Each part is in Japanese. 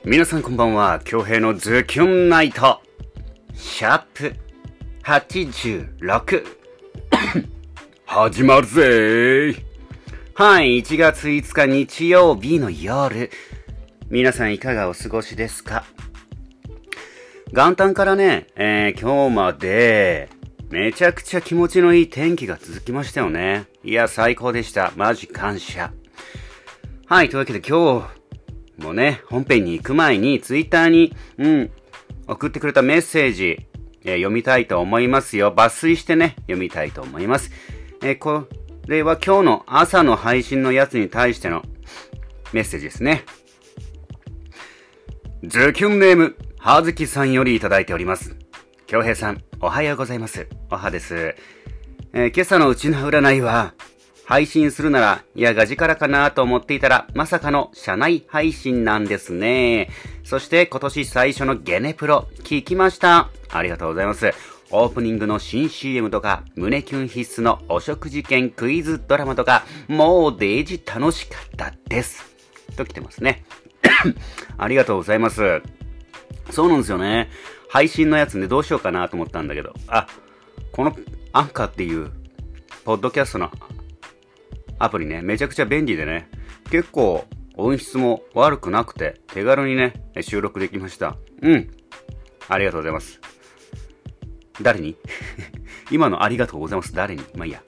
皆さんこんばんは。恭平のズキュンナイトシャープ86始まるぜー。はい、1月5日日曜日の夜、皆さんいかがお過ごしですか？元旦からね、今日までめちゃくちゃ気持ちのいい天気が続きましたよね。いや、最高でした。マジ感謝。はい、というわけで今日もね、本編に行く前にツイッターに、送ってくれたメッセージ、読みたいと思いますよ。抜粋してね、読みたいと思います。これは今日の朝の配信のやつに対してのメッセージですね。ズキュンネーム、はずきさんよりいただいております。恭平さん、おはようございます。おはです。今朝のうちの占いは、配信するなら、ガジからかなと思っていたら、まさかの社内配信なんですね。そして今年最初のゲネプロ、聞きました。ありがとうございます。オープニングの新 CM とか、胸キュン必須のお食事券クイズドラマとか、もうデージ楽しかったです。と来てますね。ありがとうございます。そうなんですよね。配信のやつね、どうしようかなと思ったんだけど、このアンカーっていう、ポッドキャストのアプリね、めちゃくちゃ便利でね、結構音質も悪くなくて、手軽にね、収録できました。ありがとうございます。誰に今のありがとうございます。誰にまあいいや。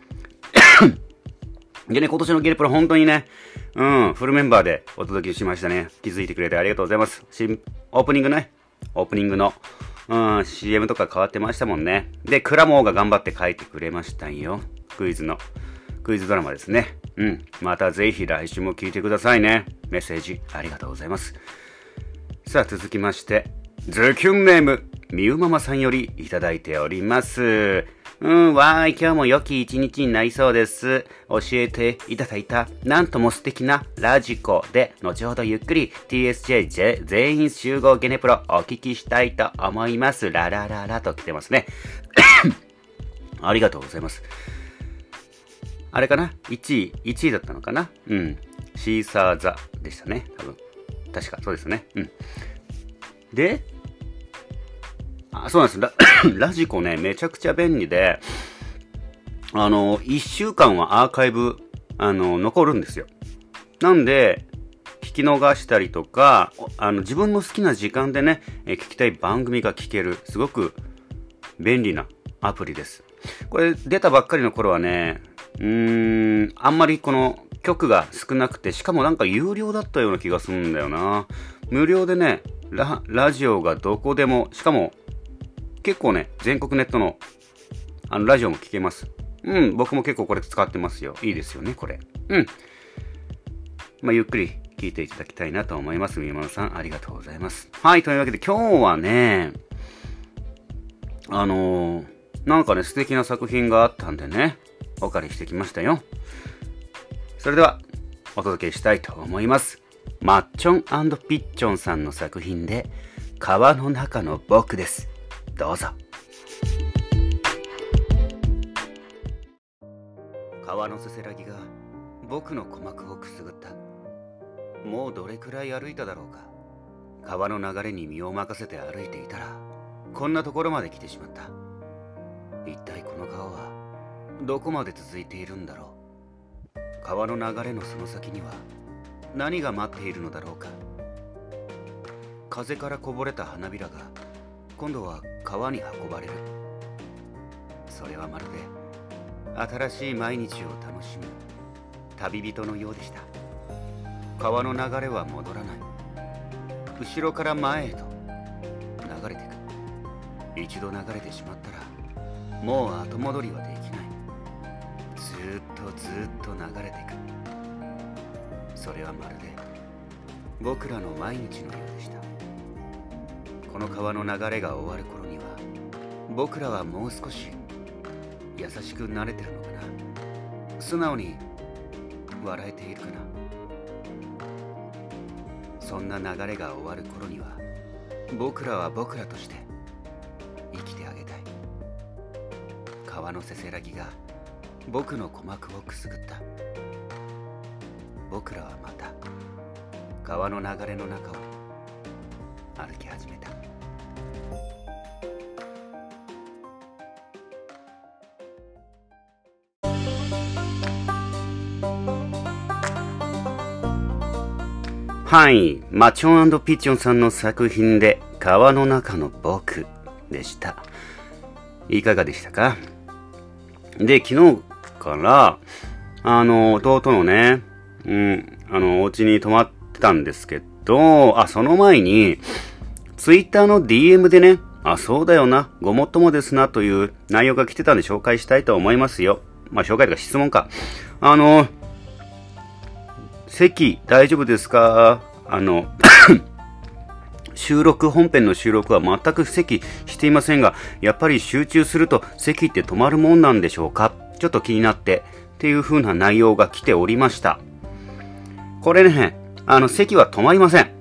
でね、今年のゲネプロ本当にね、フルメンバーでお届けしましたね。気づいてくれてありがとうございます。オープニングの、CM とか変わってましたもんね。で、クラモーが頑張って書いてくれましたよ。クイズドラマですね。またぜひ来週も聞いてくださいね。メッセージありがとうございます。さあ続きまして、ズキュンネーム、みゆママさんよりいただいております。今日も良き一日になりそうです。教えていただいた、なんとも素敵なラジコで、後ほどゆっくり TSJ 全員集合ゲネプロお聞きしたいと思います。ララララと来てますね。ありがとうございます。あれかな ?1 位だったのかな。シーサーザでしたね。多分。確か、そうですね。で、そうなんです。ラジコね、めちゃくちゃ便利で、1週間はアーカイブ、残るんですよ。なんで、聞き逃したりとか、自分の好きな時間でね、聞きたい番組が聞ける、すごく便利なアプリです。これ、出たばっかりの頃はね、あんまりこの曲が少なくて、しかもなんか有料だったような気がするんだよな。無料でね、ラジオがどこでも、しかも結構ね、全国ネットのラジオも聞けます。僕も結構これ使ってますよ。いいですよね、これ。ゆっくり聞いていただきたいなと思います。みまさん、ありがとうございます。はい、というわけで今日はね、なんかね、素敵な作品があったんでね、お借りしてきましたよ。それではお届けしたいと思います。マッチョン&ピッチョンさんの作品で、川の中の僕です。どうぞ。川のせせらぎが僕の鼓膜をくすぐった。もうどれくらい歩いただろうか。川の流れに身を任せて歩いていたら、こんなところまで来てしまった。一体この川はどこまで続いているんだろう。川の流れのその先には何が待っているのだろうか。風からこぼれた花びらが今度は川に運ばれる。それはまるで新しい毎日を楽しむ旅人のようでした。川の流れは戻らない。後ろから前へと流れていく。一度流れてしまったらもう後戻りはできない。ずっと流れていく。それはまるで僕らの毎日のようでした。この川の流れが終わる頃には、僕らはもう少し優しくなれてるのかな。素直に笑えているかな。そんな流れが終わる頃には、僕らは僕らとして生きてあげたい。川のせせらぎが僕の鼓膜をくすぐった。僕らはまた川の流れの中を歩き始めた。はい、マチョン&ピチョンさんの作品で川の中の僕でした。いかがでしたか？で、昨日から弟のね、お家に泊まってたんですけど、その前にツイッターの DM でね、そうだよな、ごもっともですなという内容が来てたんで紹介したいと思いますよ。紹介とか質問か。席大丈夫ですか？本編の収録は全く席していませんが、やっぱり集中すると席って止まるもんなんでしょうか？ちょっと気になってっていう風な内容が来ておりました。これね、席は止まりません。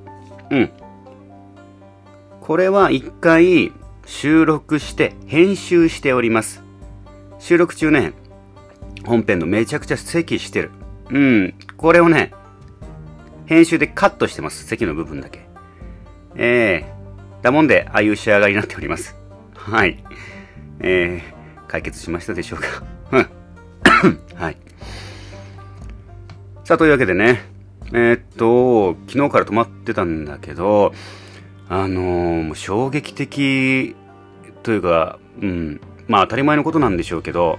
これは一回収録して編集しております。収録中ね、本編のめちゃくちゃ席してる。これをね、編集でカットしてます。席の部分だけ。だもんで、ああいう仕上がりになっております。はい。解決しましたでしょうか？はい。さあ、というわけでね、昨日から泊まってたんだけど、衝撃的というか、当たり前のことなんでしょうけど、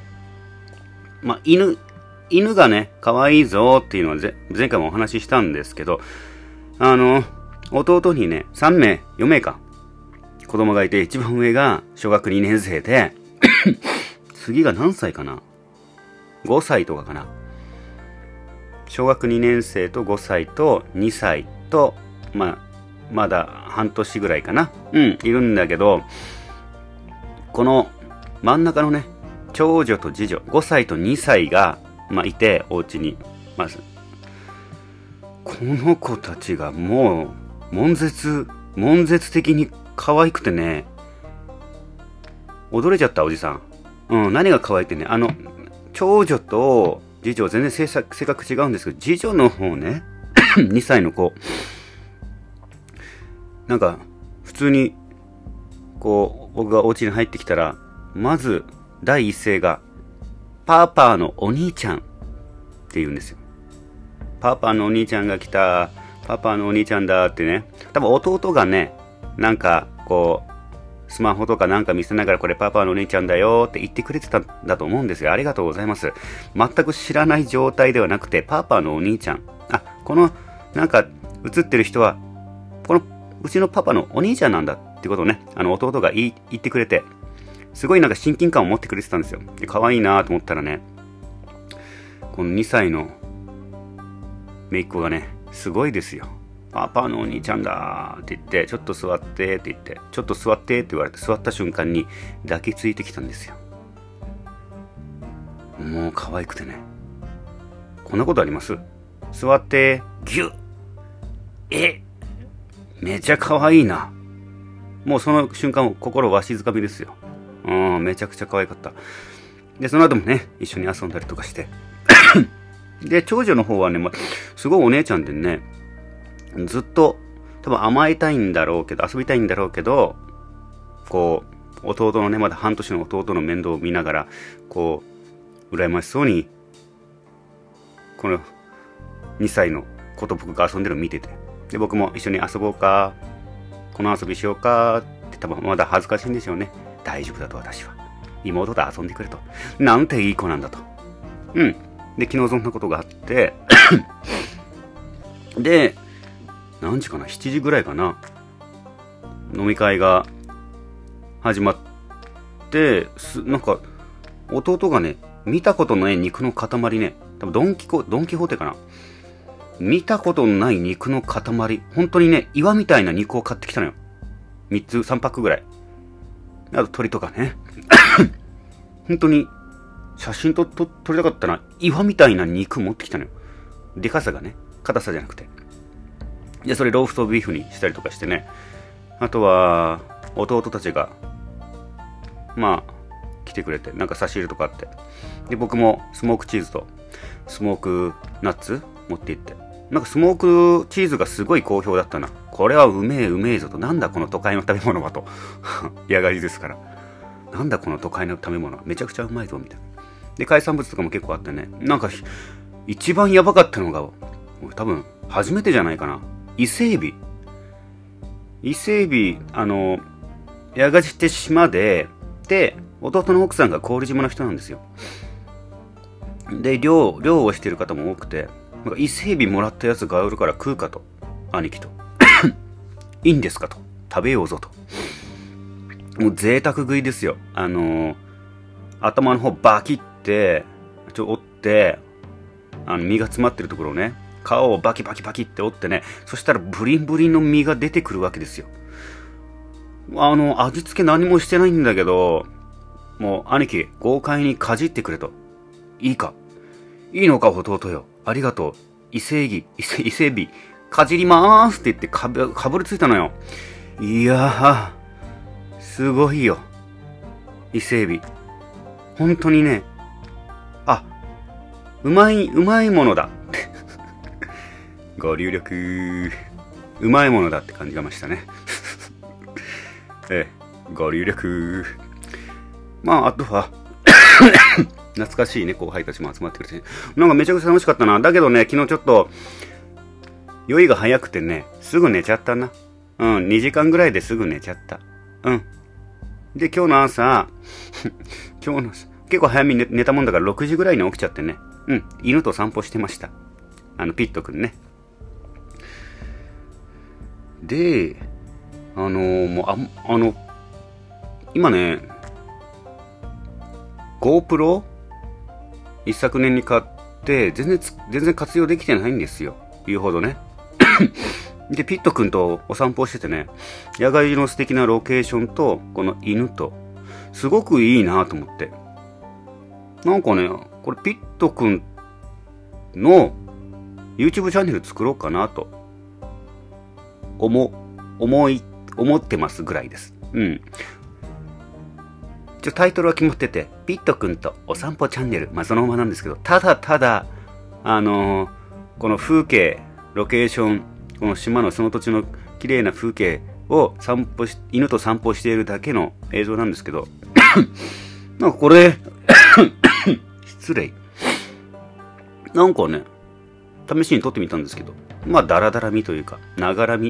犬がね、可愛いぞっていうのは前回もお話ししたんですけど、弟にね、4名か、子供がいて、一番上が小学2年生で、次が何歳かな ?5 歳とかかな。小学2年生と5歳と2歳と、まだ半年ぐらいかな。いるんだけど、この真ん中のね、長女と次女、5歳と2歳が、いて、お家に。この子たちがもう、悶絶的に可愛くてね、驚いちゃった、おじさん。何が可愛いってね、長女と次女全然性格違うんですけど、次女の方ね、2歳の子、なんか、普通に、僕がお家に入ってきたら、まず、第一声が、パパのお兄ちゃんって言うんですよ。パパのお兄ちゃんが来た。パパのお兄ちゃんだってね。多分弟がね、なんかスマホとかなんか見せながらこれパパのお兄ちゃんだよって言ってくれてたんだと思うんですよ。ありがとうございます。全く知らない状態ではなくて、パパのお兄ちゃん。このなんか映ってる人は、このうちのパパのお兄ちゃんなんだってことをね、弟が言ってくれて、すごいなんか親近感を持ってくれてたんですよ。で、可愛いなと思ったらね、この2歳の姪っ子がね、すごいですよ。パパのお兄ちゃんだって言って、ちょっと座ってって言って、ちょっと座ってって言われて、座った瞬間に抱きついてきたんですよ。もう可愛くてね。こんなことあります？座って、ギュッ。めちゃ可愛いな。もうその瞬間、心わしづかみですよ。めちゃくちゃ可愛かった。で、その後もね、一緒に遊んだりとかして。で、長女の方はね、すごいお姉ちゃんでね、ずっと多分甘えたいんだろうけど、遊びたいんだろうけど、弟のね、まだ半年の弟の面倒を見ながら、羨ましそうに、この2歳の子と僕が遊んでるのを見てて、で、僕も一緒に遊ぼうか、この遊びしようかって多分まだ恥ずかしいんでしょうね。大丈夫だと私は。妹と遊んでくれと。なんていい子なんだと。で、昨日そんなことがあって、で、何時かな ?7 時ぐらいかな。飲み会が始まって、なんか、弟がね、見たことのない肉の塊ね、多分ドンキホーテかな。見たことのない肉の塊。本当にね、岩みたいな肉を買ってきたのよ。3つ、3パックぐらい。あと鳥とかね。本当に、写真撮りたかったな。岩みたいな肉持ってきたのよ。でかさがね、硬さじゃなくて。で、それローストビーフにしたりとかしてね。あとは、弟たちが、来てくれて、なんか差し入れとかあって。で、僕もスモークチーズとスモークナッツ持って行って。なんかスモークチーズがすごい好評だったな。 これはうめえうめえぞと。なんだこの都会の食べ物はと。ヤガリですから。なんだこの都会の食べ物は。めちゃくちゃうまいぞみたいな。で、海産物とかも結構あってね。なんか、一番やばかったのが、多分、初めてじゃないかな。伊勢エビ。伊勢エビ、八ヶ岳島で、弟の奥さんが郡島の人なんですよ。で、漁をしてる方も多くて、なんか伊勢エビもらったやつがあるから食うかと。兄貴と。いいんですかと。食べようぞと。もう贅沢食いですよ。頭の方バキって、折って、身が詰まってるところをね、皮をバキバキバキって折ってね、そしたらブリンブリンの身が出てくるわけですよ。味付け何もしてないんだけど、もう兄貴、豪快にかじってくれと。いいか。いいのか、弟よ。ありがとう。伊勢エビ、かじりまーすって言ってかぶりついたのよ。いやー、すごいよ。伊勢エビ。本当にね、うまいものだ。ご入力。うまいものだって感じがましたね。ご入力。まあ、あとは、懐かしいね、後輩たちも集まってくれて。なんかめちゃくちゃ楽しかったな。だけどね、昨日ちょっと、酔いが早くてね、すぐ寝ちゃったな。2時間ぐらいですぐ寝ちゃった。で、今日の朝、結構早めに寝たもんだから6時ぐらいに起きちゃってね。犬と散歩してました。ピットくんね。で、今ね、GoPro 一昨年に買って、全然活用できてないんですよ。言うほどね。で、ピットくんとお散歩しててね、野外の素敵なロケーションと、この犬と、すごくいいなと思って。なんかね、これピットくんの YouTube チャンネル作ろうかなと、思ってますぐらいです。タイトルは決まってて、ピットくんとお散歩チャンネル。そのままなんですけど、ただ、この風景、ロケーション、この島のその土地の綺麗な風景を犬と散歩しているだけの映像なんですけど、なんかこれ、失礼。なんかね、試しに撮ってみたんですけど、ダラダラ見というか、ながら見。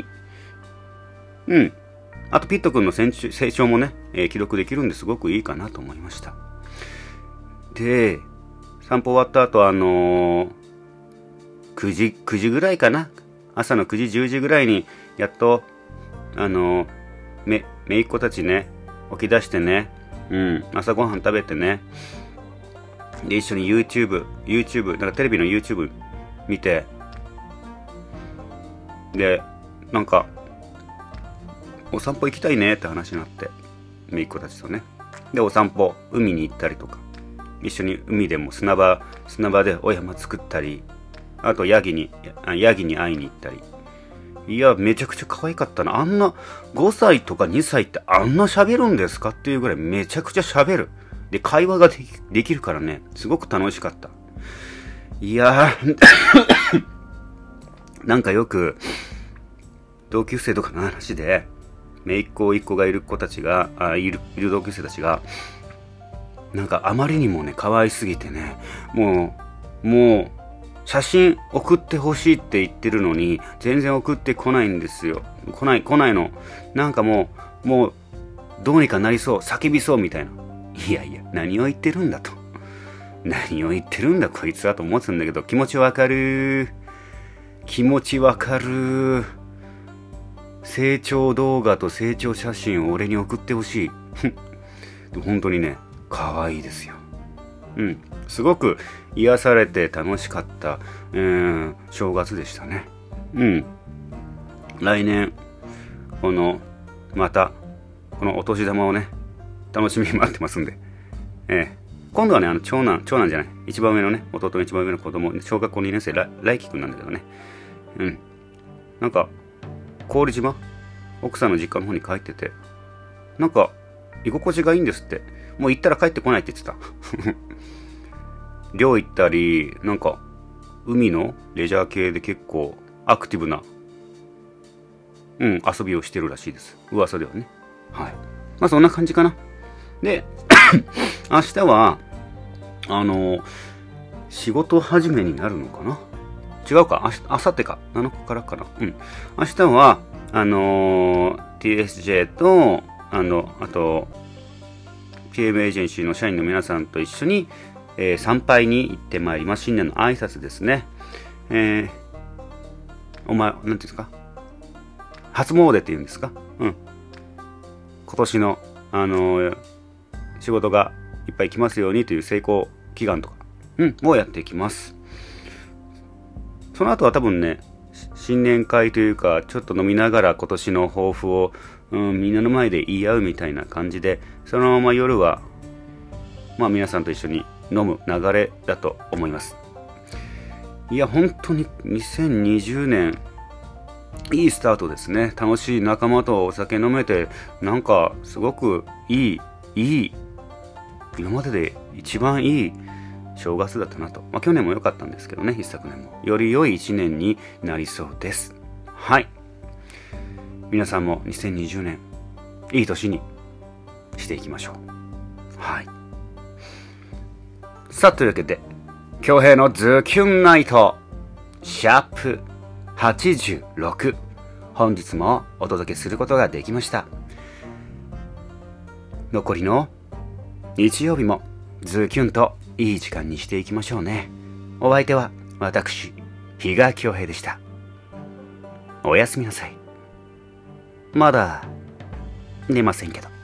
あと、ピット君の成長もね、記録できるんですごくいいかなと思いました。で、散歩終わった後、9時ぐらいかな。朝の9時、10時ぐらいに、やっと、めいっ子たちね、起き出してね、朝ごはん食べてね、で、一緒に YouTube、なんかテレビの YouTube 見て、で、なんか、お散歩行きたいねって話になって、めいっ子たちとね。で、お散歩、海に行ったりとか、一緒に海でも砂場でお山作ったり、あとヤギに会いに行ったり。いや、めちゃくちゃ可愛かったな。あんな5歳とか2歳ってあんな喋るんですかっていうぐらいめちゃくちゃ喋る。で、会話ができるからね、すごく楽しかった。いやー、なんかよく、同級生とかの話で、姪っ子、甥っ子がいる子たちが、いる同級生たちが、なんかあまりにもね、可愛すぎてね、もう、写真送ってほしいって言ってるのに、全然送ってこないんですよ。来ないの。なんかもう、どうにかなりそう、叫びそうみたいな。いや、何を言ってるんだと。何を言ってるんだこいつはと思ってたんだけど、気持ちわかる。成長動画と成長写真を俺に送ってほしい。本当にね、可愛いですよ。すごく癒されて楽しかった、正月でしたね。来年、また、このお年玉をね、楽しみに待ってますんで。今度はね、長男じゃない、一番上のね、弟の一番上の子供、小学校2年生、来輝くんなんだけどね。なんか、郡島奥さんの実家の方に帰ってて、なんか、居心地がいいんですって。もう行ったら帰ってこないって言ってた。漁行ったり、なんか、海のレジャー系で結構アクティブな遊びをしてるらしいです。噂ではね。はい。まあそんな感じかな。で、明日は、仕事始めになるのかな。違うか、あさってか、7日からかな。明日は、TSJ と、あと、PM エージェンシーの社員の皆さんと一緒に、参拝に行ってまいります。新年の挨拶ですね。なんていうんですか、初詣っていうんですか。今年の、仕事がいっぱい来ますようにという成功祈願とか、をやっていきます。その後は多分ね、新年会というか、ちょっと飲みながら今年の抱負を、みんなの前で言い合うみたいな感じで、そのまま夜は、まあ皆さんと一緒に飲む流れだと思います。いや、本当に2020年、いいスタートですね。楽しい仲間とお酒飲めて、なんかすごくいい、今までで一番いい正月だったなと。まあ去年も良かったんですけどね、一昨年も。より良い一年になりそうです。はい。皆さんも2020年、いい年にしていきましょう。はい。さあ、というわけで、恭平のズキュンナイト、シャープ86、本日もお届けすることができました。残りの日曜日もズキュンといい時間にしていきましょうね。お相手は私、比嘉恭平でした。おやすみなさい。まだ寝ませんけど。